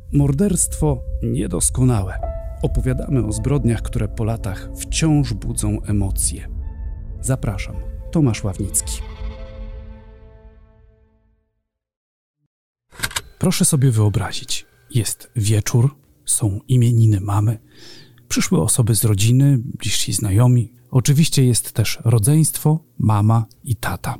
Morderstwo niedoskonałe. Opowiadamy o zbrodniach, które po latach wciąż budzą emocje. Zapraszam, Tomasz Ławnicki. Proszę sobie wyobrazić, jest wieczór, są imieniny mamy, przyszły osoby z rodziny, bliżsi znajomi. Oczywiście jest też rodzeństwo, mama i tata.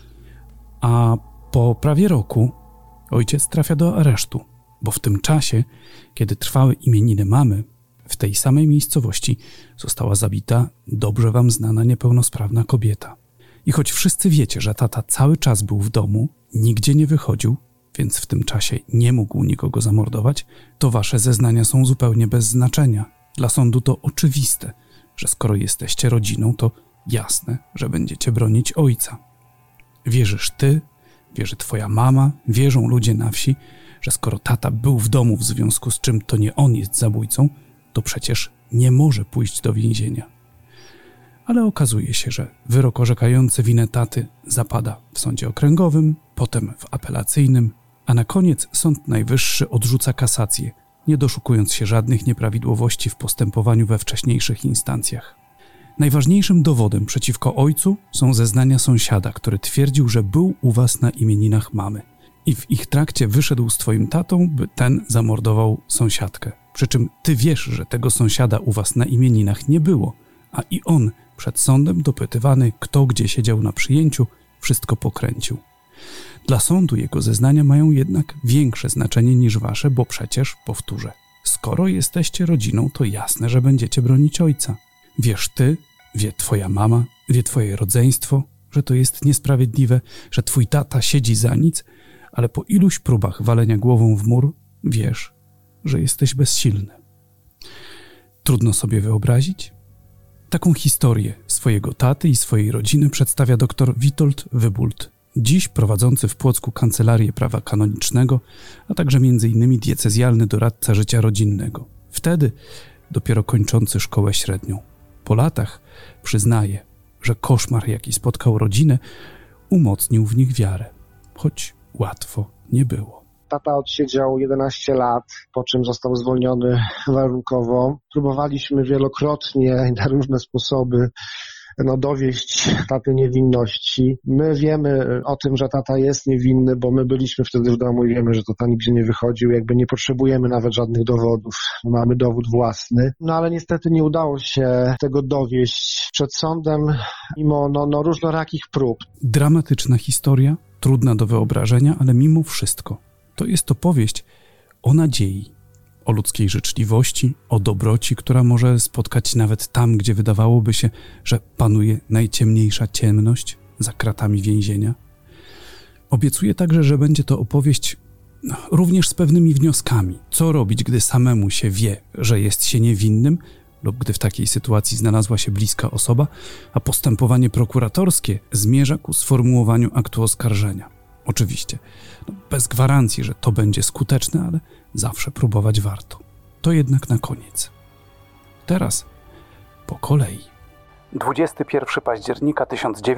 A po prawie roku ojciec trafia do aresztu, bo w tym czasie, kiedy trwały imieniny mamy, w tej samej miejscowości została zabita dobrze wam znana niepełnosprawna kobieta. I choć wszyscy wiecie, że tata cały czas był w domu, nigdzie nie wychodził, więc w tym czasie nie mógł nikogo zamordować, to wasze zeznania są zupełnie bez znaczenia. Dla sądu to oczywiste, że skoro jesteście rodziną, to jasne, że będziecie bronić ojca. Wierzysz ty, wierzy twoja mama, wierzą ludzie na wsi, że skoro tata był w domu, w związku z czym to nie on jest zabójcą, to przecież nie może pójść do więzienia. Ale okazuje się, że wyrok orzekający winę taty zapada w sądzie okręgowym, potem w apelacyjnym, a na koniec Sąd Najwyższy odrzuca kasację, nie doszukując się żadnych nieprawidłowości w postępowaniu we wcześniejszych instancjach. Najważniejszym dowodem przeciwko ojcu są zeznania sąsiada, który twierdził, że był u was na imieninach mamy i w ich trakcie wyszedł z twoim tatą, by ten zamordował sąsiadkę. Przy czym ty wiesz, że tego sąsiada u was na imieninach nie było, a i on przed sądem dopytywany, kto gdzie siedział na przyjęciu, wszystko pokręcił. Dla sądu jego zeznania mają jednak większe znaczenie niż wasze, bo przecież, powtórzę, skoro jesteście rodziną, to jasne, że będziecie bronić ojca. Wiesz ty, wie twoja mama, wie twoje rodzeństwo, że to jest niesprawiedliwe, że twój tata siedzi za nic, ale po iluś próbach walenia głową w mur wiesz, że jesteś bezsilny. Trudno sobie wyobrazić? Taką historię swojego taty i swojej rodziny przedstawia dr Witold Wybult, dziś prowadzący w Płocku Kancelarię Prawa Kanonicznego, a także m.in. diecezjalny doradca życia rodzinnego. Wtedy dopiero kończący szkołę średnią. Po latach przyznaje, że koszmar, jaki spotkał rodzinę, umocnił w nich wiarę, choć łatwo nie było. Tata odsiedział 11 lat, po czym został zwolniony warunkowo. Próbowaliśmy wielokrotnie na różne sposoby dowieść tatę niewinności. My wiemy o tym, że tata jest niewinny, bo my byliśmy wtedy w domu i wiemy, że tata nigdzie nie wychodził. Jakby nie potrzebujemy nawet żadnych dowodów. Mamy dowód własny. No ale niestety nie udało się tego dowieść przed sądem, mimo różnorakich prób. Dramatyczna historia, trudna do wyobrażenia, ale mimo wszystko to jest opowieść o nadziei, o ludzkiej życzliwości, o dobroci, która może spotkać nawet tam, gdzie wydawałoby się, że panuje najciemniejsza ciemność za kratami więzienia. Obiecuję także, że będzie to opowieść również z pewnymi wnioskami. Co robić, gdy samemu się wie, że jest się niewinnym lub gdy w takiej sytuacji znalazła się bliska osoba, a postępowanie prokuratorskie zmierza ku sformułowaniu aktu oskarżenia. Oczywiście, bez gwarancji, że to będzie skuteczne, ale zawsze próbować warto. To jednak na koniec. Teraz po kolei. 21 października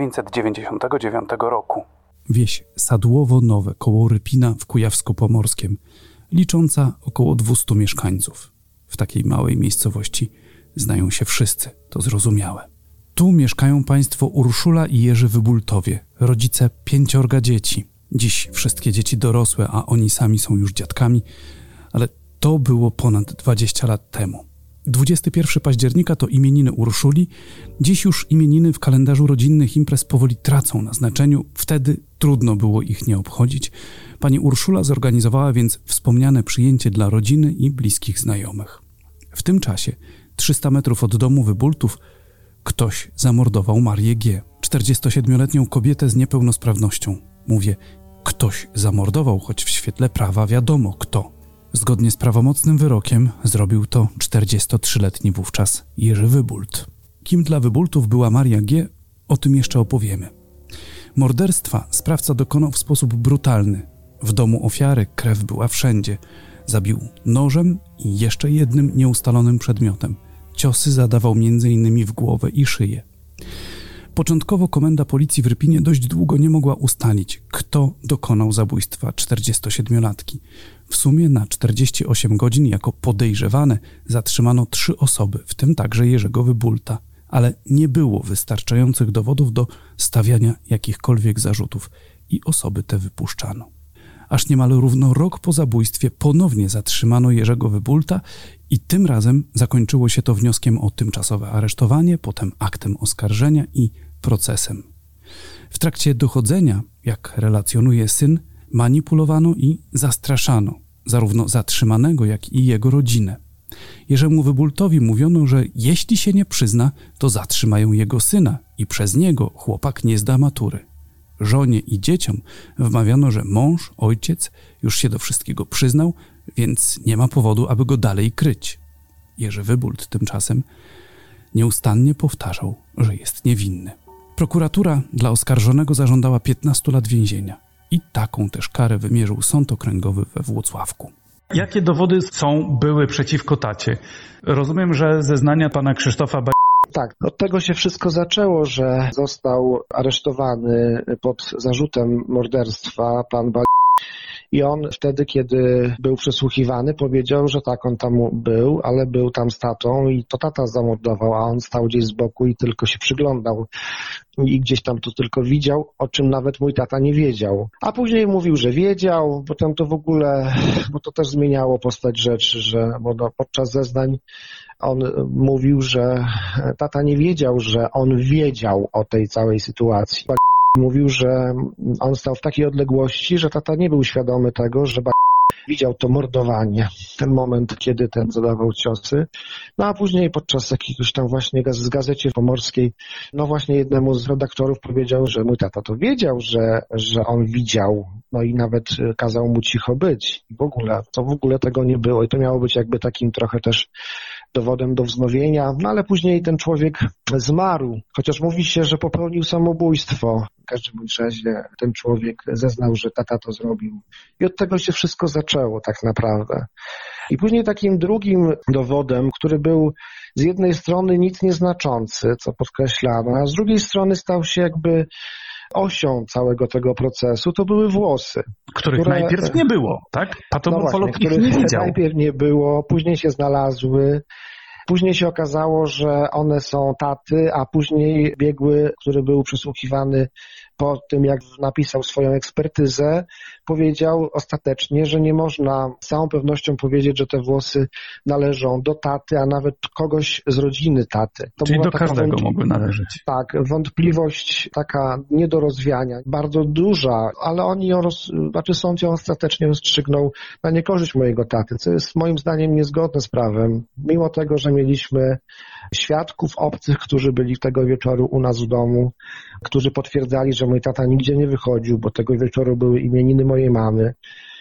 1999 roku. Wieś Sadłowo-Nowe koło Rypina w Kujawsko-Pomorskiem, licząca około 200 mieszkańców. W takiej małej miejscowości znają się wszyscy, to zrozumiałe. Tu mieszkają państwo Urszula i Jerzy Wybultowie, rodzice 5 dzieci. Dziś wszystkie dzieci dorosłe, a oni sami są już dziadkami, ale to było ponad 20 lat temu. 21 października to imieniny Urszuli, dziś już imieniny w kalendarzu rodzinnych imprez powoli tracą na znaczeniu, wtedy trudno było ich nie obchodzić. Pani Urszula zorganizowała więc wspomniane przyjęcie dla rodziny i bliskich znajomych. W tym czasie, 300 metrów od domu Wybultów, ktoś zamordował Marię G., 47-letnią kobietę z niepełnosprawnością. Mówię, ktoś zamordował, choć w świetle prawa wiadomo kto. Zgodnie z prawomocnym wyrokiem zrobił to 43-letni wówczas Jerzy Wybult. Kim dla Wybultów była Maria G., o tym jeszcze opowiemy. Morderstwa sprawca dokonał w sposób brutalny. W domu ofiary krew była wszędzie. Zabił nożem i jeszcze jednym nieustalonym przedmiotem. Ciosy zadawał m.in. w głowę i szyję. Początkowo komenda policji w Rypinie dość długo nie mogła ustalić, kto dokonał zabójstwa 47-latki. W sumie na 48 godzin jako podejrzewane zatrzymano 3 osoby, w tym także Jerzego Wybulta, ale nie było wystarczających dowodów do stawiania jakichkolwiek zarzutów i osoby te wypuszczano. Aż niemal równo rok po zabójstwie ponownie zatrzymano Jerzego Wybulta i tym razem zakończyło się to wnioskiem o tymczasowe aresztowanie, potem aktem oskarżenia i procesem. W trakcie dochodzenia, jak relacjonuje syn, manipulowano i zastraszano zarówno zatrzymanego, jak i jego rodzinę. Jerzemu Wybultowi mówiono, że jeśli się nie przyzna, to zatrzymają jego syna i przez niego chłopak nie zda matury. Żonie i dzieciom wmawiano, że mąż, ojciec już się do wszystkiego przyznał, więc nie ma powodu, aby go dalej kryć. Jerzy Wybult tymczasem nieustannie powtarzał, że jest niewinny. Prokuratura dla oskarżonego zażądała 15 lat więzienia i taką też karę wymierzył Sąd Okręgowy we Włocławku. Jakie dowody były przeciwko tacie? Rozumiem, że zeznania pana Krzysztofa Tak, od tego się wszystko zaczęło, że został aresztowany pod zarzutem morderstwa pan i on wtedy, kiedy był przesłuchiwany, powiedział, że tak, on tam był, ale był tam z tatą i to tata zamordował, a on stał gdzieś z boku i tylko się przyglądał i gdzieś tam to tylko widział, o czym nawet mój tata nie wiedział. A później mówił, że wiedział, potem to w ogóle, bo to też zmieniało postać rzeczy, bo podczas zeznań on mówił, że tata nie wiedział, że on wiedział o tej całej sytuacji. Mówił, że on stał w takiej odległości, że tata nie był świadomy tego, że widział to mordowanie, ten moment, kiedy ten zadawał ciosy. No a później podczas jakiegoś tam właśnie z Gazecie Pomorskiej, no właśnie jednemu z redaktorów powiedział, że mój tata to wiedział, że on widział, no i nawet kazał mu cicho być. I w ogóle tego nie było i to miało być jakby takim trochę też dowodem do wznowienia, no ale później ten człowiek zmarł, chociaż mówi się, że popełnił samobójstwo. W każdym razie ten człowiek zeznał, że tata to zrobił. I od tego się wszystko zaczęło tak naprawdę. I później takim drugim dowodem, który był z jednej strony nic nieznaczący, co podkreślano, a z drugiej strony stał się jakby osią całego tego procesu, to były włosy. Których najpierw nie było, tak? Patolog ich nie widział. Najpierw nie było, później się znalazły. Później się okazało, że one są taty, a później biegły, który był przesłuchiwany po tym, jak napisał swoją ekspertyzę, powiedział ostatecznie, że nie można z całą pewnością powiedzieć, że te włosy należą do taty, a nawet kogoś z rodziny taty. To czyli do każdego mogły należeć. Tak, wątpliwość taka nie do rozwiania, bardzo duża, ale sąd ją ostatecznie rozstrzygnął na niekorzyść mojego taty, co jest moim zdaniem niezgodne z prawem. Mimo tego, że mieliśmy świadków obcych, którzy byli tego wieczoru u nas w domu, którzy potwierdzali, że mój tata nigdzie nie wychodził, bo tego wieczoru były imieniny mojej mamy,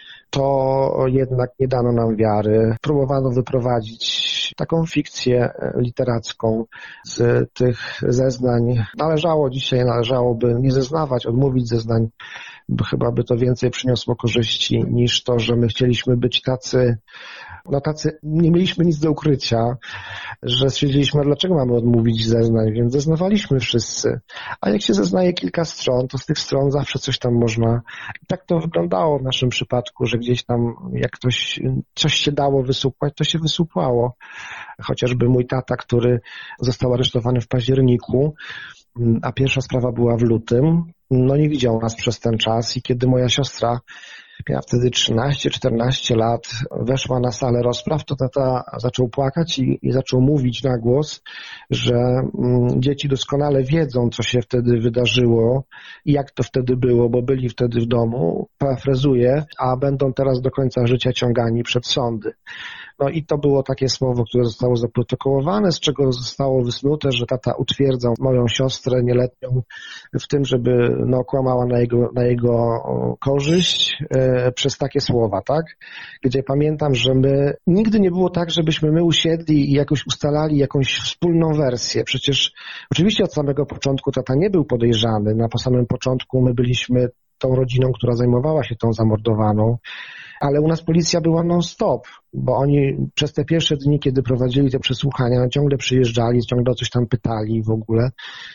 to jednak nie dano nam wiary. Próbowano wyprowadzić taką fikcję literacką z tych zeznań. Należałoby nie zeznawać, odmówić zeznań, bo chyba by to więcej przyniosło korzyści niż to, że my chcieliśmy być tacy, nie mieliśmy nic do ukrycia, że stwierdziliśmy, dlaczego mamy odmówić zeznań, więc zeznawaliśmy wszyscy. A jak się zeznaje kilka stron, to z tych stron zawsze coś tam można. I tak to wyglądało w naszym przypadku, że gdzieś tam jak coś się dało wysupłać, to się wysupłało. Chociażby mój tata, który został aresztowany w październiku, a pierwsza sprawa była w lutym, no nie widział nas przez ten czas i kiedy moja siostra miała wtedy 13-14 lat, weszła na salę rozpraw, to tata zaczął płakać i zaczął mówić na głos, że dzieci doskonale wiedzą, co się wtedy wydarzyło i jak to wtedy było, bo byli wtedy w domu, parafrazuję, a będą teraz do końca życia ciągani przed sądy. No i to było takie słowo, które zostało zaprotokołowane, z czego zostało wysnute, że tata utwierdzał moją siostrę nieletnią w tym, żeby kłamała na jego korzyść przez takie słowa, tak? Gdzie pamiętam, że nigdy nie było tak, żebyśmy my usiedli i jakoś ustalali jakąś wspólną wersję. Przecież oczywiście od samego początku tata nie był podejrzany. Po samym początku my byliśmy tą rodziną, która zajmowała się tą zamordowaną. Ale u nas policja była non-stop, bo oni przez te pierwsze dni, kiedy prowadzili te przesłuchania, ciągle przyjeżdżali, ciągle o coś tam pytali w ogóle.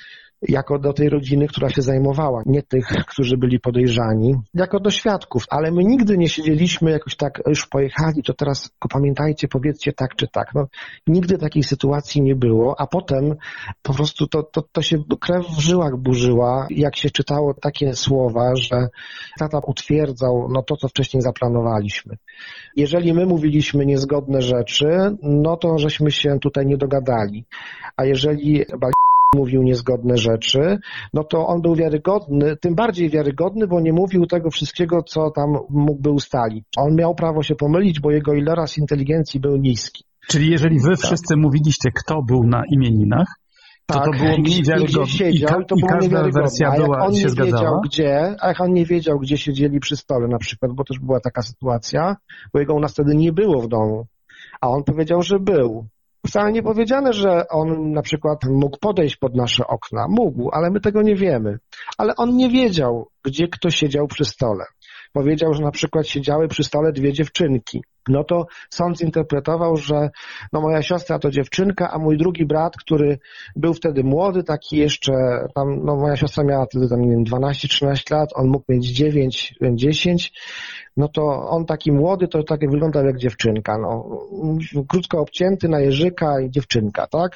jako do tej rodziny, która się zajmowała, nie tych, którzy byli podejrzani, jako do świadków, ale my nigdy nie siedzieliśmy jakoś tak, już pojechali, to teraz pamiętajcie, powiedzcie tak czy tak. No, nigdy takiej sytuacji nie było, a potem po prostu to się krew w żyłach burzyła, jak się czytało takie słowa, że tata utwierdzał to, co wcześniej zaplanowaliśmy. Jeżeli my mówiliśmy niezgodne rzeczy, no to żeśmy się tutaj nie dogadali. A jeżeli mówił niezgodne rzeczy, no to on był wiarygodny, tym bardziej wiarygodny, bo nie mówił tego wszystkiego, co tam mógłby ustalić. On miał prawo się pomylić, bo jego iloraz inteligencji był niski. Czyli jeżeli wy wszyscy mówiliście, kto był na imieninach, to było mniej wiarygodne. Siedział, to było wersja się zgadzała? A jak on nie wiedział, gdzie siedzieli przy stole na przykład, bo też była taka sytuacja, bo jego u nas wtedy nie było w domu, a on powiedział, że był. Wcale nie powiedziane, że on na przykład mógł podejść pod nasze okna. Mógł, ale my tego nie wiemy. Ale on nie wiedział, gdzie kto siedział przy stole. Powiedział, że na przykład siedziały przy stole 2 dziewczynki. No to sąd zinterpretował, że moja siostra to dziewczynka, a mój drugi brat, który był wtedy młody, taki jeszcze tam, moja siostra miała wtedy tam, nie wiem, 12-13 lat, on mógł mieć 9, 10, no to on taki młody, to tak wyglądał jak dziewczynka, krótko obcięty na jeżyka i dziewczynka, tak?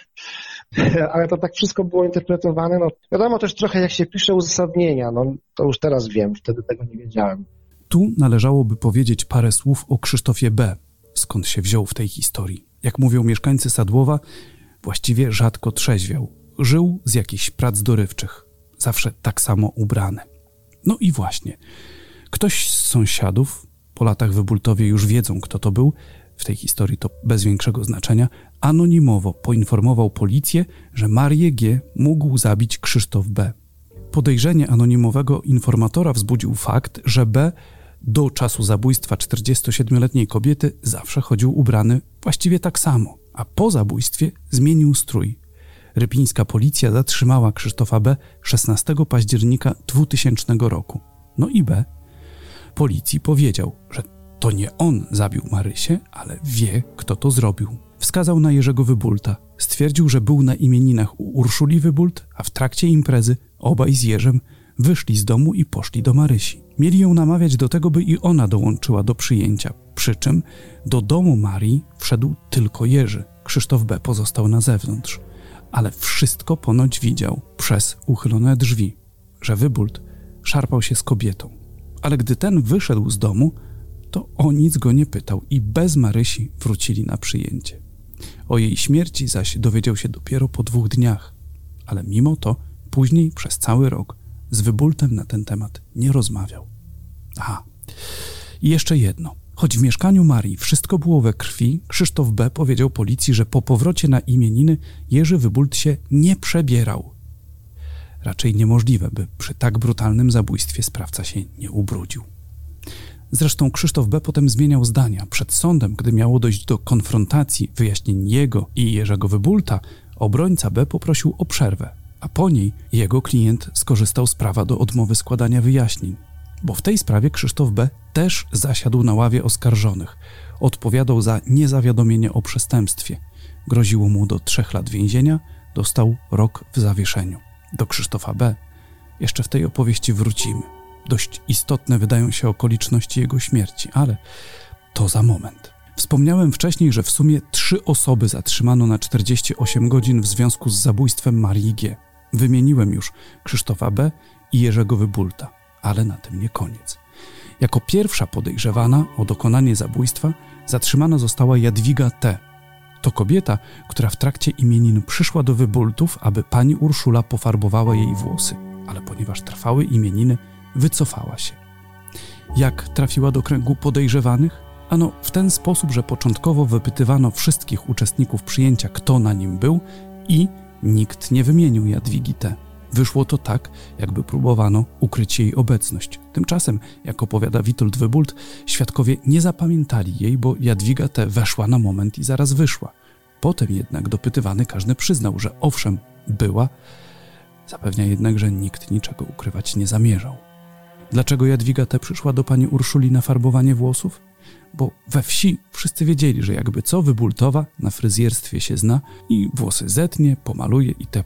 Ale to tak wszystko było interpretowane, wiadomo też trochę jak się pisze uzasadnienia, to już teraz wiem, wtedy tego nie wiedziałem. Tu należałoby powiedzieć parę słów o Krzysztofie B., skąd się wziął w tej historii. Jak mówią mieszkańcy Sadłowa, właściwie rzadko trzeźwiał. Żył z jakichś prac dorywczych, zawsze tak samo ubrany. No i właśnie, ktoś z sąsiadów, po latach w Wybultowie już wiedzą, kto to był, w tej historii to bez większego znaczenia, anonimowo poinformował policję, że Marię G. mógł zabić Krzysztof B. Podejrzenie anonimowego informatora wzbudził fakt, że B. do czasu zabójstwa 47-letniej kobiety zawsze chodził ubrany właściwie tak samo, a po zabójstwie zmienił strój. Rypińska policja zatrzymała Krzysztofa B. 16 października 2000 roku. No i B. policji powiedział, że to nie on zabił Marysię, ale wie, kto to zrobił. Wskazał na Jerzego Wybulta. Stwierdził, że był na imieninach u Urszuli Wybult, a w trakcie imprezy obaj z Jerzem wyszli z domu i poszli do Marysi. Mieli ją namawiać do tego, by i ona dołączyła do przyjęcia. Przy czym do domu Marii wszedł tylko Jerzy. Krzysztof B. pozostał na zewnątrz. Ale wszystko ponoć widział przez uchylone drzwi, że Wybult szarpał się z kobietą. Ale gdy ten wyszedł z domu, to o nic go nie pytał i bez Marysi wrócili na przyjęcie. O jej śmierci zaś dowiedział się dopiero po 2 dniach, ale mimo to później przez cały rok z Wybultem na ten temat nie rozmawiał. Aha, i jeszcze jedno. Choć w mieszkaniu Marii wszystko było we krwi, Krzysztof B. powiedział policji, że po powrocie na imieniny Jerzy Wybult się nie przebierał. Raczej niemożliwe, by przy tak brutalnym zabójstwie sprawca się nie ubrudził. Zresztą Krzysztof B. potem zmieniał zdania. Przed sądem, gdy miało dojść do konfrontacji wyjaśnień jego i Jerzego Wybulta, obrońca B. poprosił o przerwę, a po niej jego klient skorzystał z prawa do odmowy składania wyjaśnień, bo w tej sprawie Krzysztof B. też zasiadł na ławie oskarżonych. Odpowiadał za niezawiadomienie o przestępstwie. Groziło mu do 3 lat więzienia, dostał rok w zawieszeniu. Do Krzysztofa B. jeszcze w tej opowieści wrócimy. Dość istotne wydają się okoliczności jego śmierci, ale to za moment. Wspomniałem wcześniej, że w sumie 3 osoby zatrzymano na 48 godzin w związku z zabójstwem Marii G. Wymieniłem już Krzysztofa B. i Jerzego Wybulta, ale na tym nie koniec. Jako pierwsza podejrzewana o dokonanie zabójstwa zatrzymana została Jadwiga T. To kobieta, która w trakcie imienin przyszła do Wybultów, aby pani Urszula pofarbowała jej włosy, ale ponieważ trwały imieniny, wycofała się. Jak trafiła do kręgu podejrzewanych? Ano w ten sposób, że początkowo wypytywano wszystkich uczestników przyjęcia, kto na nim był i nikt nie wymienił Jadwigi T. Wyszło to tak, jakby próbowano ukryć jej obecność. Tymczasem, jak opowiada Witold Wybult, świadkowie nie zapamiętali jej, bo Jadwiga T. weszła na moment i zaraz wyszła. Potem jednak dopytywany każdy przyznał, że owszem, była, zapewnia jednak, że nikt niczego ukrywać nie zamierzał. Dlaczego Jadwiga T. przyszła do pani Urszuli na farbowanie włosów? Bo we wsi wszyscy wiedzieli, że jakby co Wybultowa na fryzjerstwie się zna i włosy zetnie, pomaluje itp.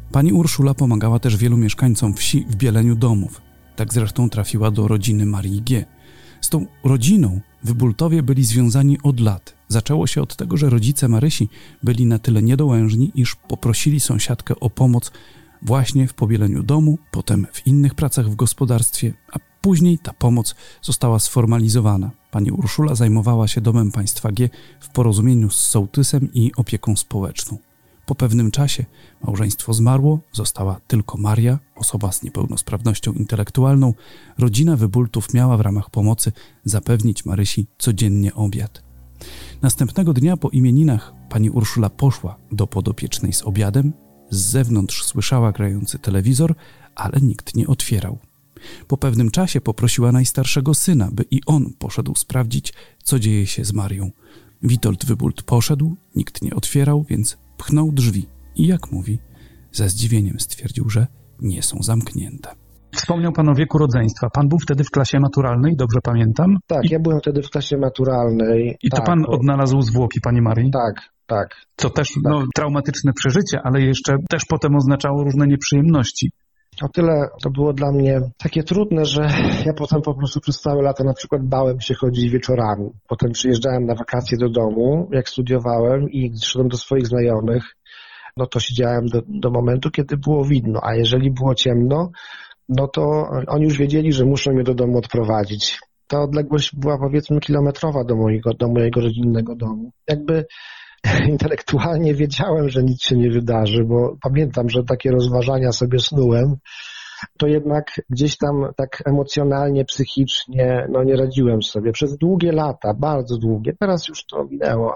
Pani Urszula pomagała też wielu mieszkańcom wsi w bieleniu domów. Tak zresztą trafiła do rodziny Marii G. Z tą rodziną Wybultowie byli związani od lat. Zaczęło się od tego, że rodzice Marysi byli na tyle niedołężni, iż poprosili sąsiadkę o pomoc właśnie w pobieleniu domu, potem w innych pracach w gospodarstwie, a później ta pomoc została sformalizowana. Pani Urszula zajmowała się domem państwa G w porozumieniu z sołtysem i opieką społeczną. Po pewnym czasie małżeństwo zmarło, została tylko Maria, osoba z niepełnosprawnością intelektualną. Rodzina Wybultów miała w ramach pomocy zapewnić Marysi codziennie obiad. Następnego dnia po imieninach pani Urszula poszła do podopiecznej z obiadem. Z zewnątrz słyszała grający telewizor, ale nikt nie otwierał. Po pewnym czasie poprosiła najstarszego syna, by i on poszedł sprawdzić, co dzieje się z Marią. Witold Wybult poszedł, nikt nie otwierał, więc pchnął drzwi i, jak mówi, ze zdziwieniem stwierdził, że nie są zamknięte. Wspomniał pan o wieku rodzeństwa. Pan był wtedy w klasie maturalnej, dobrze pamiętam? Tak, ja byłem wtedy w klasie maturalnej. I to pan odnalazł zwłoki pani Marii? Tak. Co też traumatyczne przeżycie, ale jeszcze też potem oznaczało różne nieprzyjemności. O tyle to było dla mnie takie trudne, że ja potem po prostu przez całe lata na przykład bałem się chodzić wieczorami. Potem przyjeżdżałem na wakacje do domu, jak studiowałem i szedłem do swoich znajomych, no to siedziałem do momentu, kiedy było widno, a jeżeli było ciemno, no to oni już wiedzieli, że muszą mnie do domu odprowadzić. Ta odległość była powiedzmy kilometrowa do mojego rodzinnego domu. Jakby intelektualnie wiedziałem, że nic się nie wydarzy, bo pamiętam, że takie rozważania sobie snułem, to jednak gdzieś tam tak emocjonalnie, psychicznie nie radziłem sobie. Przez długie lata, bardzo długie, teraz już to minęło,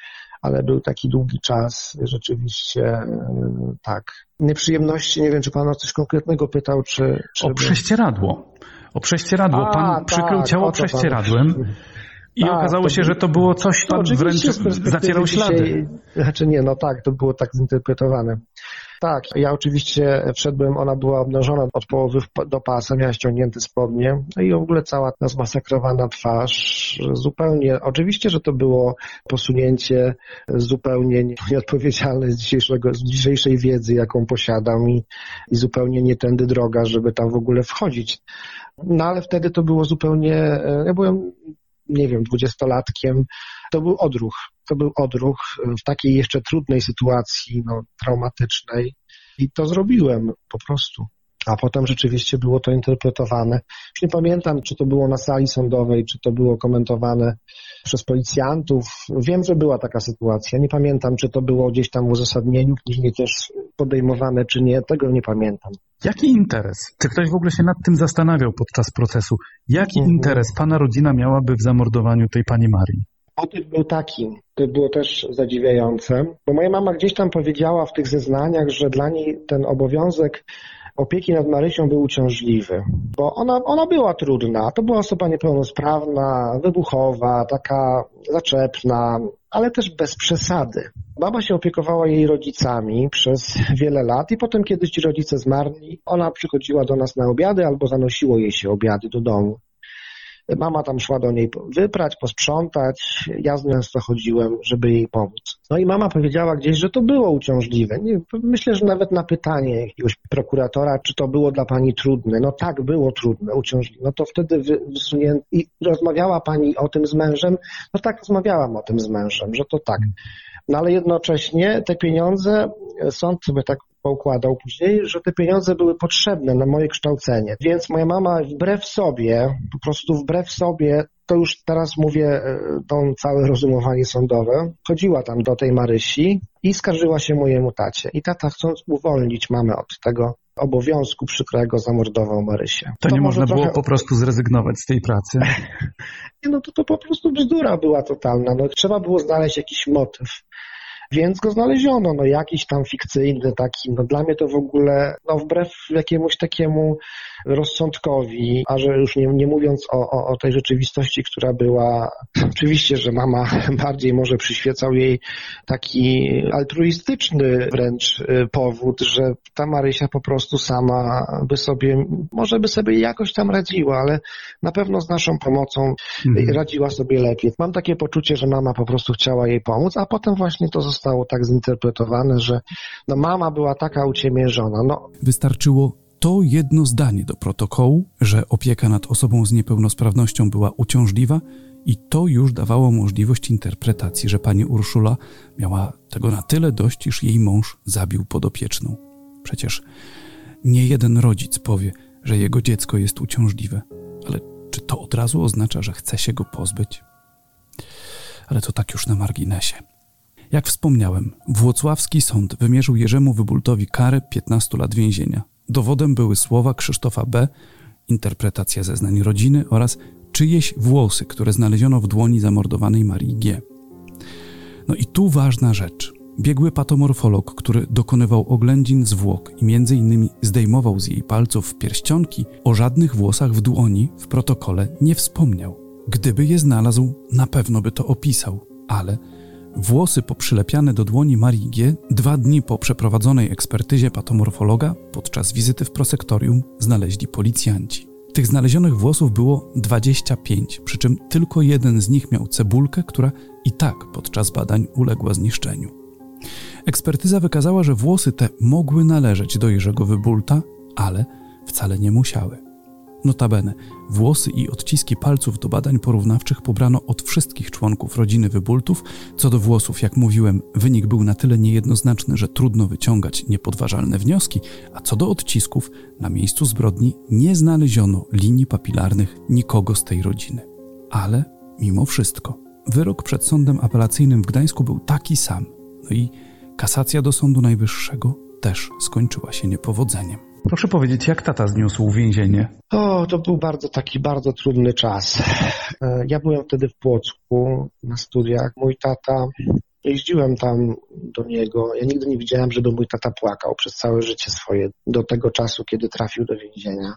ale był taki długi czas, rzeczywiście tak. Nieprzyjemności, nie wiem, czy pan o coś konkretnego pytał, czy... O prześcieradło. O prześcieradło. Pan przykrył ciało prześcieradłem. I okazało się, że to było coś, pan wręcz zacierał ślady. To było tak zinterpretowane. Tak, ja oczywiście wszedłem, ona była obnażona od połowy do pasa, miała ściągnięte spodnie, no i w ogóle cała ta zmasakrowana twarz, zupełnie, oczywiście, że to było posunięcie zupełnie nieodpowiedzialne z dzisiejszej wiedzy, jaką posiadam i zupełnie nie tędy droga, żeby tam w ogóle wchodzić. No ale wtedy to było zupełnie, ja byłem, nie wiem, 20-latkiem, to był odruch w takiej jeszcze trudnej sytuacji, traumatycznej i to zrobiłem po prostu. A potem rzeczywiście było to interpretowane. Już nie pamiętam, czy to było na sali sądowej, czy to było komentowane przez policjantów. Wiem, że była taka sytuacja. Nie pamiętam, czy to było gdzieś tam w uzasadnieniu, później też podejmowane, czy nie. Tego nie pamiętam. Jaki interes? Czy ktoś w ogóle się nad tym zastanawiał podczas procesu? Jaki interes pana rodzina miałaby w zamordowaniu tej pani Marii? Motyw był taki, to było też zadziwiające, bo moja mama gdzieś tam powiedziała w tych zeznaniach, że dla niej ten obowiązek opieki nad Marysią był uciążliwy, bo ona była trudna, to była osoba niepełnosprawna, wybuchowa, taka zaczepna, ale też bez przesady. Baba się opiekowała jej rodzicami przez wiele lat i potem, kiedy ci rodzice zmarli, ona przychodziła do nas na obiady albo zanosiło jej się obiady do domu. Mama tam szła do niej wyprać, posprzątać. Ja z nią często chodziłem, żeby jej pomóc. No i mama powiedziała gdzieś, że to było uciążliwe. Myślę, że nawet na pytanie jakiegoś prokuratora, czy to było dla pani trudne. No tak, było trudne, uciążliwe. No to wtedy wysunięto i rozmawiała pani o tym z mężem. No tak, rozmawiałam o tym z mężem, że to tak. No ale jednocześnie te pieniądze, sąd sobie tak poukładał później, że te pieniądze były potrzebne na moje kształcenie. Więc moja mama wbrew sobie, to już teraz mówię to całe rozumowanie sądowe, chodziła tam do tej Marysi i skarżyła się mojemu tacie. I tata, chcąc uwolnić mamę od tego obowiązku przykrego, zamordował Marysię. To nie można było po prostu zrezygnować z tej pracy? To po prostu bzdura była totalna. Trzeba było znaleźć jakiś motyw. Więc go znaleziono, jakiś tam fikcyjny taki, dla mnie to w ogóle, wbrew jakiemuś takiemu rozsądkowi, a że już nie mówiąc o tej rzeczywistości, która była, oczywiście, że mama bardziej może przyświecał jej taki altruistyczny wręcz powód, że ta Marysia po prostu sama może by sobie jakoś tam radziła, ale na pewno z naszą pomocą radziła sobie lepiej. Mam takie poczucie, że mama po prostu chciała jej pomóc, a potem właśnie to zostało zostało tak zinterpretowane, że mama była taka uciemiężona. Wystarczyło to jedno zdanie do protokołu, że opieka nad osobą z niepełnosprawnością była uciążliwa i to już dawało możliwość interpretacji, że pani Urszula miała tego na tyle dość, iż jej mąż zabił podopieczną. Przecież nie jeden rodzic powie, że jego dziecko jest uciążliwe, ale czy to od razu oznacza, że chce się go pozbyć? Ale to tak już na marginesie. Jak wspomniałem, włocławski sąd wymierzył Jerzemu Wybultowi karę 15 lat więzienia. Dowodem były słowa Krzysztofa B., interpretacja zeznań rodziny oraz czyjeś włosy, które znaleziono w dłoni zamordowanej Marii G. I tu ważna rzecz. Biegły patomorfolog, który dokonywał oględzin zwłok i m.in. zdejmował z jej palców pierścionki, o żadnych włosach w dłoni w protokole nie wspomniał. Gdyby je znalazł, na pewno by to opisał, ale włosy poprzylepiane do dłoni Marii G. 2 dni po przeprowadzonej ekspertyzie patomorfologa podczas wizyty w prosektorium znaleźli policjanci. Tych znalezionych włosów było 25, przy czym tylko jeden z nich miał cebulkę, która i tak podczas badań uległa zniszczeniu. Ekspertyza wykazała, że włosy te mogły należeć do Jerzego Wybulta, ale wcale nie musiały. Notabene, włosy i odciski palców do badań porównawczych pobrano od wszystkich członków rodziny Wybultów. Co do włosów, jak mówiłem, wynik był na tyle niejednoznaczny, że trudno wyciągać niepodważalne wnioski, a co do odcisków, na miejscu zbrodni nie znaleziono linii papilarnych nikogo z tej rodziny. Ale mimo wszystko, wyrok przed Sądem Apelacyjnym w Gdańsku był taki sam. I kasacja do Sądu Najwyższego też skończyła się niepowodzeniem. Proszę powiedzieć, jak tata zniósł więzienie? To był bardzo trudny czas. Ja byłem wtedy w Płocku na studiach. Mój tata, jeździłem tam do niego. Ja nigdy nie widziałem, żeby mój tata płakał przez całe życie swoje do tego czasu, kiedy trafił do więzienia.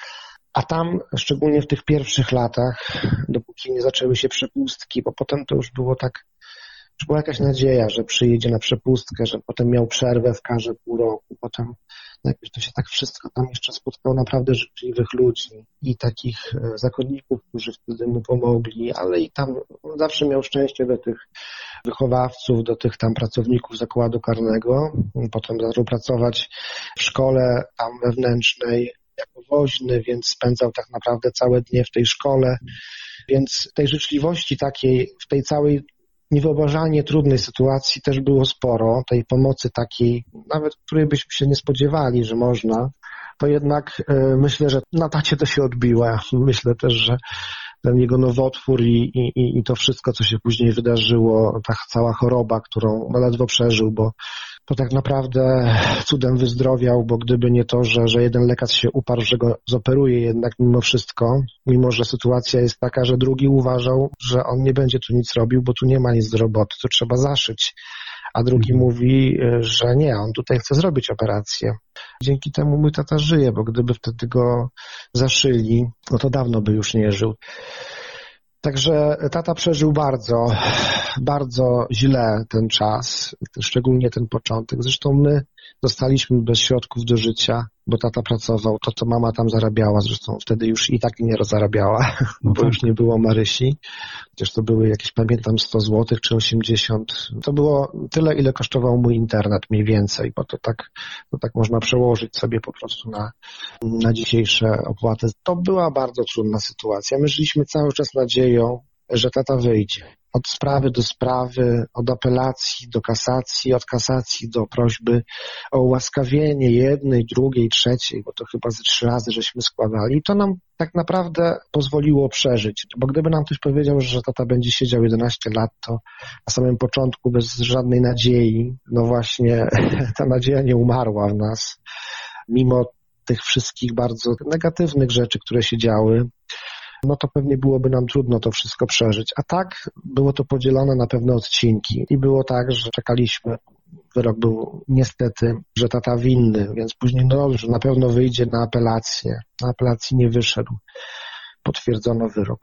A tam, szczególnie w tych pierwszych latach, dopóki nie zaczęły się przepustki, bo potem to już było tak, już była jakaś nadzieja, że przyjedzie na przepustkę, że potem miał przerwę w karze pół roku, potem jakoś to się tak wszystko tam jeszcze spotkało naprawdę życzliwych ludzi i takich zakonników, którzy wtedy mu pomogli, ale i tam zawsze miał szczęście do tych wychowawców, do tych tam pracowników zakładu karnego. Potem zaczął pracować w szkole tam wewnętrznej jako woźny, więc spędzał tak naprawdę całe dnie w tej szkole, więc tej życzliwości takiej w tej całej niewyobrażalnie trudnej sytuacji też było sporo, tej pomocy takiej, nawet której byśmy się nie spodziewali, że można, to jednak myślę, że na tacie to się odbiło. Myślę też, że ten jego nowotwór i to wszystko, co się później wydarzyło, ta cała choroba, którą ledwo przeżył, bo to tak naprawdę cudem wyzdrowiał, bo gdyby nie to, że jeden lekarz się uparł, że go zoperuje jednak mimo wszystko, mimo że sytuacja jest taka, że drugi uważał, że on nie będzie tu nic robił, bo tu nie ma nic do roboty, to trzeba zaszyć. A drugi mówi, że nie, on tutaj chce zrobić operację. Dzięki temu mój tata żyje, bo gdyby wtedy go zaszyli, no to dawno by już nie żył. Także tata przeżył bardzo źle ten czas, szczególnie ten początek. Zresztą my zostaliśmy bez środków do życia, bo tata pracował. To, co mama tam zarabiała, zresztą wtedy już i tak nie zarabiała, bo już nie było Marysi. Chociaż to były jakieś, pamiętam, 100 zł czy 80. To było tyle, ile kosztował mój internet mniej więcej, bo to tak można przełożyć sobie po prostu na dzisiejsze opłaty. To była bardzo trudna sytuacja. My żyliśmy cały czas nadzieją, że tata wyjdzie. Od sprawy do sprawy, od apelacji do kasacji, od kasacji do prośby o ułaskawienie jednej, drugiej, trzeciej, bo to chyba ze 3 razy żeśmy składali. I to nam tak naprawdę pozwoliło przeżyć, bo gdyby nam ktoś powiedział, że tata będzie siedział 11 lat, to na samym początku bez żadnej nadziei, no właśnie ta nadzieja nie umarła w nas, mimo tych wszystkich bardzo negatywnych rzeczy, które się działy. No to pewnie byłoby nam trudno to wszystko przeżyć. A tak było to podzielone na pewne odcinki i było tak, że czekaliśmy. Wyrok był niestety, że tata winny, więc później że na pewno wyjdzie na apelację. Na apelacji nie wyszedł. Potwierdzono wyrok.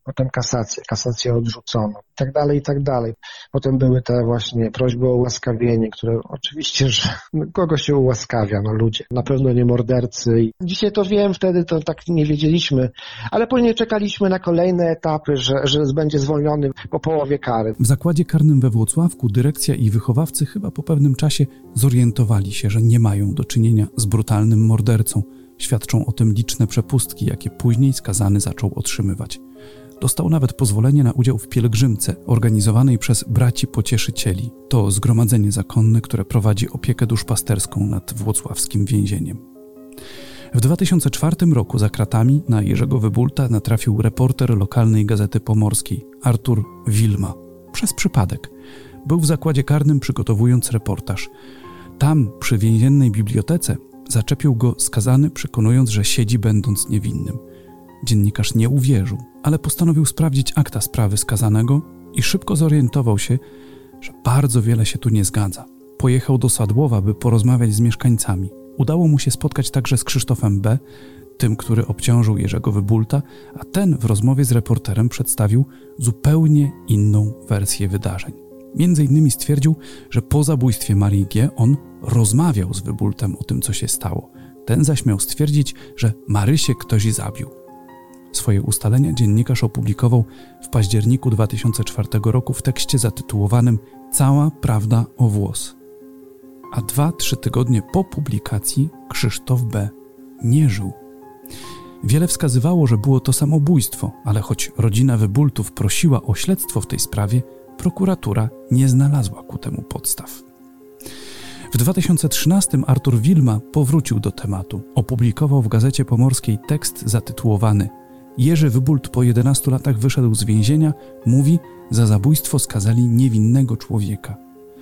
potem kasację odrzucono i tak dalej. Potem były te właśnie prośby o ułaskawienie, które oczywiście, że kogo się ułaskawia, ludzie, na pewno nie mordercy. Dzisiaj to wiem, wtedy to tak nie wiedzieliśmy, ale później czekaliśmy na kolejne etapy, że będzie zwolniony po połowie kary. W zakładzie karnym we Włocławku dyrekcja i wychowawcy chyba po pewnym czasie zorientowali się, że nie mają do czynienia z brutalnym mordercą. Świadczą o tym liczne przepustki, jakie później skazany zaczął otrzymywać. Dostał nawet pozwolenie na udział w pielgrzymce organizowanej przez Braci Pocieszycieli. To zgromadzenie zakonne, które prowadzi opiekę duszpasterską nad włocławskim więzieniem. W 2004 roku za kratami na Jerzego Wybulta natrafił reporter lokalnej Gazety Pomorskiej Artur Wilma. Przez przypadek. Był w zakładzie karnym, przygotowując reportaż. Tam, przy więziennej bibliotece, zaczepił go skazany, przekonując, że siedzi będąc niewinnym. Dziennikarz nie uwierzył, ale postanowił sprawdzić akta sprawy skazanego i szybko zorientował się, że bardzo wiele się tu nie zgadza. Pojechał do Sadłowa, by porozmawiać z mieszkańcami. Udało mu się spotkać także z Krzysztofem B., tym, który obciążył Jerzego Wybulta, a ten w rozmowie z reporterem przedstawił zupełnie inną wersję wydarzeń. Między innymi stwierdził, że po zabójstwie Marii G. on rozmawiał z Wybultem o tym, co się stało. Ten zaś miał stwierdzić, że Marysię ktoś zabił. Swoje ustalenia dziennikarz opublikował w październiku 2004 roku w tekście zatytułowanym „Cała prawda o włos”. A 2-3 tygodnie po publikacji Krzysztof B. nie żył. Wiele wskazywało, że było to samobójstwo, ale choć rodzina Wybultów prosiła o śledztwo w tej sprawie, prokuratura nie znalazła ku temu podstaw. W 2013 Artur Wilma powrócił do tematu. Opublikował w Gazecie Pomorskiej tekst zatytułowany „Jerzy Wybult po 11 latach wyszedł z więzienia, mówi, za zabójstwo skazali niewinnego człowieka”.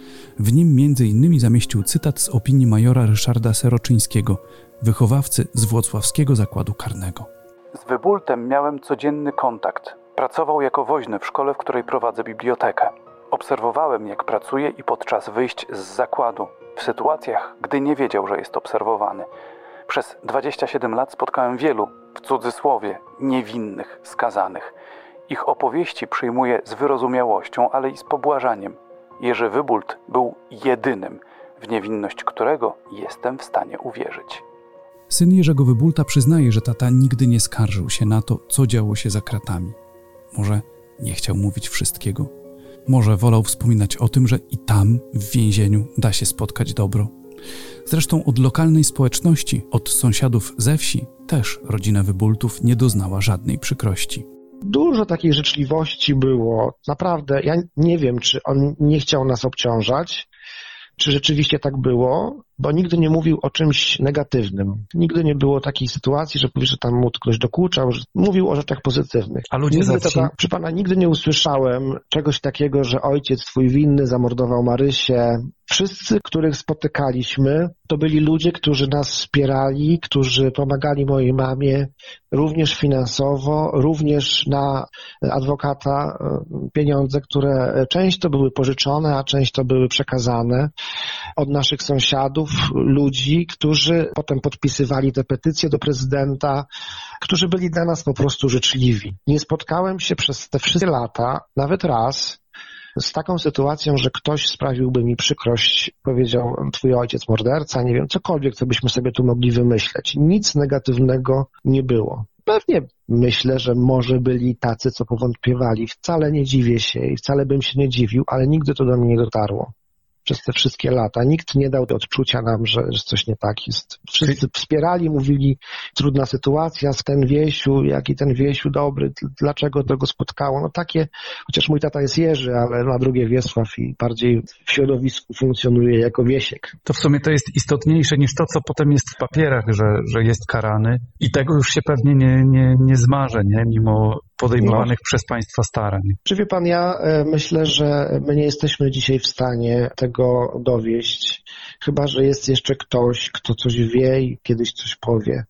W nim m.in. zamieścił cytat z opinii majora Ryszarda Seroczyńskiego, wychowawcy z włocławskiego zakładu karnego. „Z Wybultem miałem codzienny kontakt. Pracował jako woźny w szkole, w której prowadzę bibliotekę. Obserwowałem, jak pracuje i podczas wyjść z zakładu, w sytuacjach, gdy nie wiedział, że jest obserwowany. Przez 27 lat spotkałem wielu, w cudzysłowie, niewinnych skazanych. Ich opowieści przyjmuję z wyrozumiałością, ale i z pobłażaniem. Jerzy Wybult był jedynym, w niewinność którego jestem w stanie uwierzyć”. Syn Jerzego Wybulta przyznaje, że tata nigdy nie skarżył się na to, co działo się za kratami. Może nie chciał mówić wszystkiego. Może wolał wspominać o tym, że i tam, w więzieniu, da się spotkać dobro. Zresztą od lokalnej społeczności, od sąsiadów ze wsi, też rodzina Wybultów nie doznała żadnej przykrości. Dużo takiej życzliwości było. Naprawdę, ja nie wiem, czy on nie chciał nas obciążać, czy rzeczywiście tak było, bo nigdy nie mówił o czymś negatywnym. Nigdy nie było takiej sytuacji, że tam mu ktoś dokuczał, że mówił o rzeczach pozytywnych. A ludzie ze wsi? Proszę pana, nigdy nie usłyszałem czegoś takiego, że ojciec twój winny zamordował Marysię. Wszyscy, których spotykaliśmy, to byli ludzie, którzy nas wspierali, którzy pomagali mojej mamie, również finansowo, również na adwokata pieniądze, które część to były pożyczone, a część to były przekazane od naszych sąsiadów, ludzi, którzy potem podpisywali te petycje do prezydenta, którzy byli dla nas po prostu życzliwi. Nie spotkałem się przez te wszystkie lata, nawet raz, z taką sytuacją, że ktoś sprawiłby mi przykrość, powiedział twój ojciec morderca, nie wiem, cokolwiek, co byśmy sobie tu mogli wymyśleć. Nic negatywnego nie było. Pewnie myślę, że może byli tacy, co powątpiewali. Wcale nie dziwię się i wcale bym się nie dziwił, ale nigdy to do mnie nie dotarło. Przez te wszystkie lata. Nikt nie dał odczucia nam, że coś nie tak jest. Wszyscy wspierali, mówili, trudna sytuacja z ten Wiesiu, jaki ten Wiesiu dobry, dlaczego to go spotkało. No takie, chociaż mój tata jest Jerzy, ale ma drugie Wiesław i bardziej w środowisku funkcjonuje jako Wiesiek. To w sumie to jest istotniejsze niż to, co potem jest w papierach, że jest karany i tego już się pewnie nie zmaże, nie? Mimo podejmowanych przez państwa starań. Czy wie pan, ja myślę, że my nie jesteśmy dzisiaj w stanie tego dowieść, chyba że jest jeszcze ktoś, kto coś wie i kiedyś coś powie.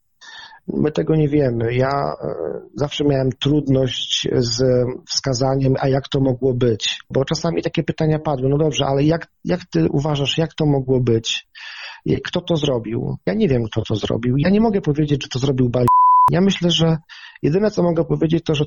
My tego nie wiemy. Ja zawsze miałem trudność z wskazaniem, a jak to mogło być? Bo czasami takie pytania padły, no dobrze, ale jak ty uważasz, jak to mogło być? Kto to zrobił? Ja nie wiem, kto to zrobił. Ja nie mogę powiedzieć, że to zrobił Ja myślę, że jedyne, co mogę powiedzieć, to, że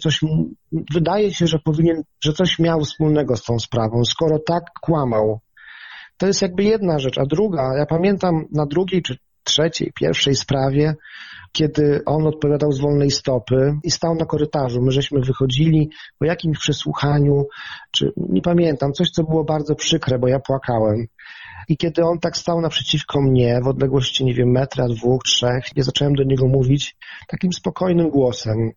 wydaje się, że coś miał wspólnego z tą sprawą, skoro tak kłamał. To jest jakby jedna rzecz, a druga, ja pamiętam na drugiej czy trzeciej, pierwszej sprawie, kiedy on odpowiadał z wolnej stopy i stał na korytarzu. My żeśmy wychodzili po jakimś przesłuchaniu, czy nie pamiętam, coś, co było bardzo przykre, bo ja płakałem. I kiedy on tak stał naprzeciwko mnie, w odległości, nie wiem, metra, 2, 3, ja zacząłem do niego mówić takim spokojnym głosem.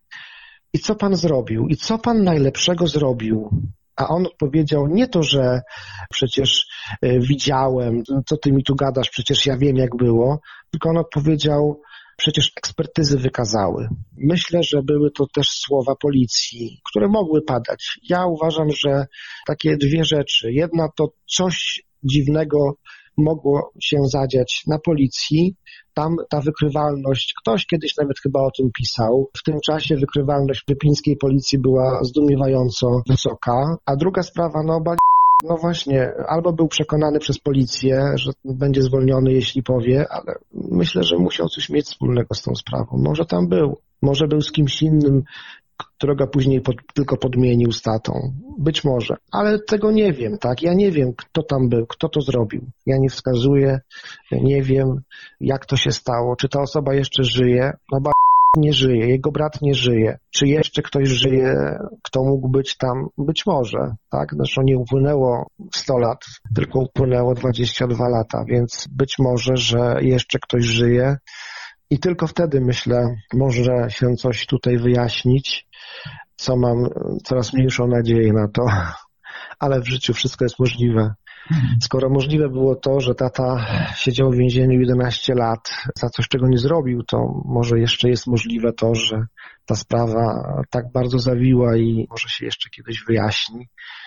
I co pan zrobił? I co pan najlepszego zrobił? A on odpowiedział nie to, że przecież widziałem, co ty mi tu gadasz, przecież ja wiem jak było, tylko on odpowiedział, przecież ekspertyzy wykazały. Myślę, że były to też słowa policji, które mogły padać. Ja uważam, że takie dwie rzeczy. Jedna to coś dziwnego mogło się zadziać na policji. Tam ta wykrywalność, ktoś kiedyś nawet chyba o tym pisał, w tym czasie wykrywalność filipińskiej policji była zdumiewająco wysoka. A druga sprawa, no właśnie, albo był przekonany przez policję, że będzie zwolniony, jeśli powie, ale myślę, że musiał coś mieć wspólnego z tą sprawą. Może tam był, może był z kimś innym, którego później tylko podmienił z tatą. Być może, ale tego nie wiem, tak? Ja nie wiem, kto tam był, kto to zrobił. Ja nie wskazuję, nie wiem, jak to się stało. Czy ta osoba jeszcze żyje? No nie żyje, jego brat nie żyje. Czy jeszcze ktoś żyje, kto mógł być tam? Być może, tak? Zresztą nie upłynęło 100 lat, tylko upłynęło 22 lata, więc być może, że jeszcze ktoś żyje. I tylko wtedy, myślę, może się coś tutaj wyjaśnić, co mam coraz mniejszą nadzieję na to, ale w życiu wszystko jest możliwe. Skoro możliwe było to, że tata siedział w więzieniu 11 lat za coś, czego nie zrobił, to może jeszcze jest możliwe to, że ta sprawa tak bardzo zawiła i może się jeszcze kiedyś wyjaśni.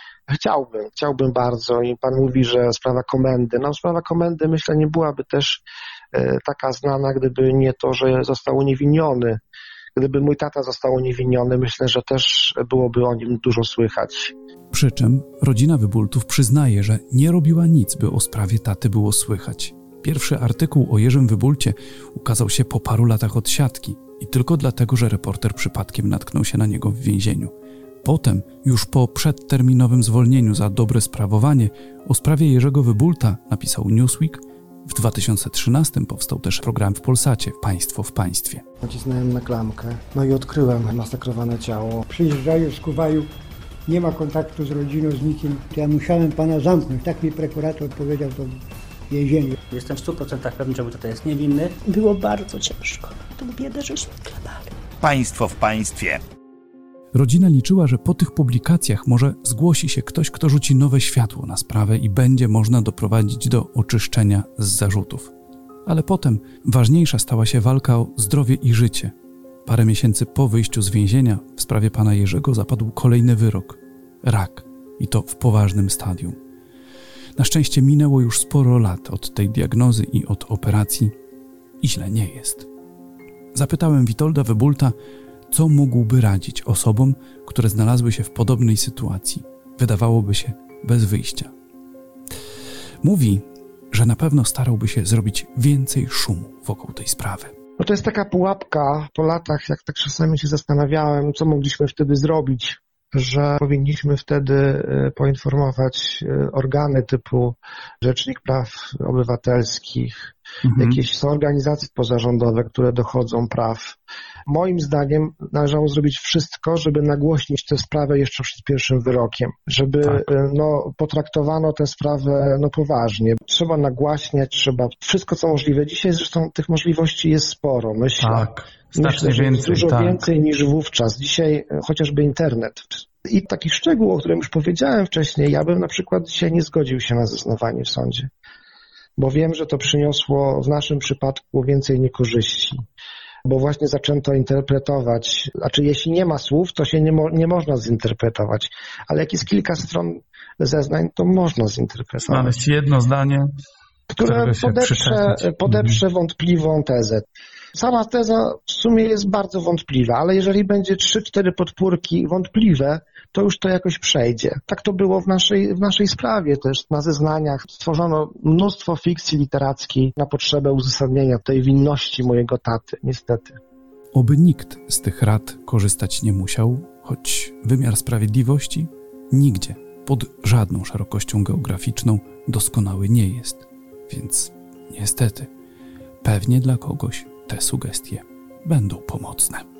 Chciałbym bardzo i pan mówi, że sprawa komendy. No sprawa komendy, myślę, nie byłaby też taka znana, gdyby nie to, że został uniewinniony. Gdyby mój tata został uniewinniony, myślę, że też byłoby o nim dużo słychać. Przy czym rodzina Wybultów przyznaje, że nie robiła nic, by o sprawie taty było słychać. Pierwszy artykuł o Jerzym Wybulcie ukazał się po paru latach odsiadki i tylko dlatego, że reporter przypadkiem natknął się na niego w więzieniu. Potem, już po przedterminowym zwolnieniu za dobre sprawowanie, o sprawie Jerzego Wybulta napisał Newsweek. W 2013 powstał też program w Polsacie Państwo w państwie. Nacisnąłem na klamkę, no i odkryłem masakrowane ciało. Przyjeżdżają, skuwają, nie ma kontaktu z rodziną, z nikim. Ja musiałem pana zamknąć, tak mi prokurator powiedział to w więzieniu. Jestem w 100% pewny, że tata jest niewinny. Było bardzo ciężko. Tą biedę żeśmy klepali. Państwo w państwie. Rodzina liczyła, że po tych publikacjach może zgłosi się ktoś, kto rzuci nowe światło na sprawę i będzie można doprowadzić do oczyszczenia z zarzutów. Ale potem ważniejsza stała się walka o zdrowie i życie. Parę miesięcy po wyjściu z więzienia w sprawie pana Jerzego zapadł kolejny wyrok. Rak. I to w poważnym stadium. Na szczęście minęło już sporo lat od tej diagnozy i od operacji i źle nie jest. Zapytałem Witolda Wybulta, co mógłby radzić osobom, które znalazły się w podobnej sytuacji. Wydawałoby się bez wyjścia. Mówi, że na pewno starałby się zrobić więcej szumu wokół tej sprawy. No to jest taka pułapka po latach, jak tak czasami się zastanawiałem, co mogliśmy wtedy zrobić, że powinniśmy wtedy poinformować organy typu Rzecznik Praw Obywatelskich, jakieś są organizacje pozarządowe, które dochodzą praw. Moim zdaniem należało zrobić wszystko, żeby nagłośnić tę sprawę jeszcze przed pierwszym wyrokiem, żeby potraktowano tę sprawę poważnie. Trzeba nagłaśniać, trzeba wszystko co możliwe. Dzisiaj zresztą tych możliwości jest sporo, myślę. Tak, znacznie że więcej. Dużo więcej niż wówczas. Dzisiaj chociażby internet. I taki szczegół, o którym już powiedziałem wcześniej, ja bym na przykład dzisiaj nie zgodził się na zeznawanie w sądzie, bo wiem, że to przyniosło w naszym przypadku więcej niekorzyści, bo właśnie zaczęto interpretować, znaczy jeśli nie ma słów, to się nie można zinterpretować, ale jak jest kilka stron zeznań, to można zinterpretować. Znaleźć jedno zdanie, które podeprze wątpliwą tezę. Sama teza w sumie jest bardzo wątpliwa, ale jeżeli będzie 3-4 podpórki wątpliwe, to już to jakoś przejdzie. Tak to było w naszej sprawie też. Na zeznaniach stworzono mnóstwo fikcji literackiej na potrzebę uzasadnienia tej winności mojego taty, niestety. Oby nikt z tych rad korzystać nie musiał, choć wymiar sprawiedliwości nigdzie, pod żadną szerokością geograficzną doskonały nie jest. Więc niestety, pewnie dla kogoś te sugestie będą pomocne.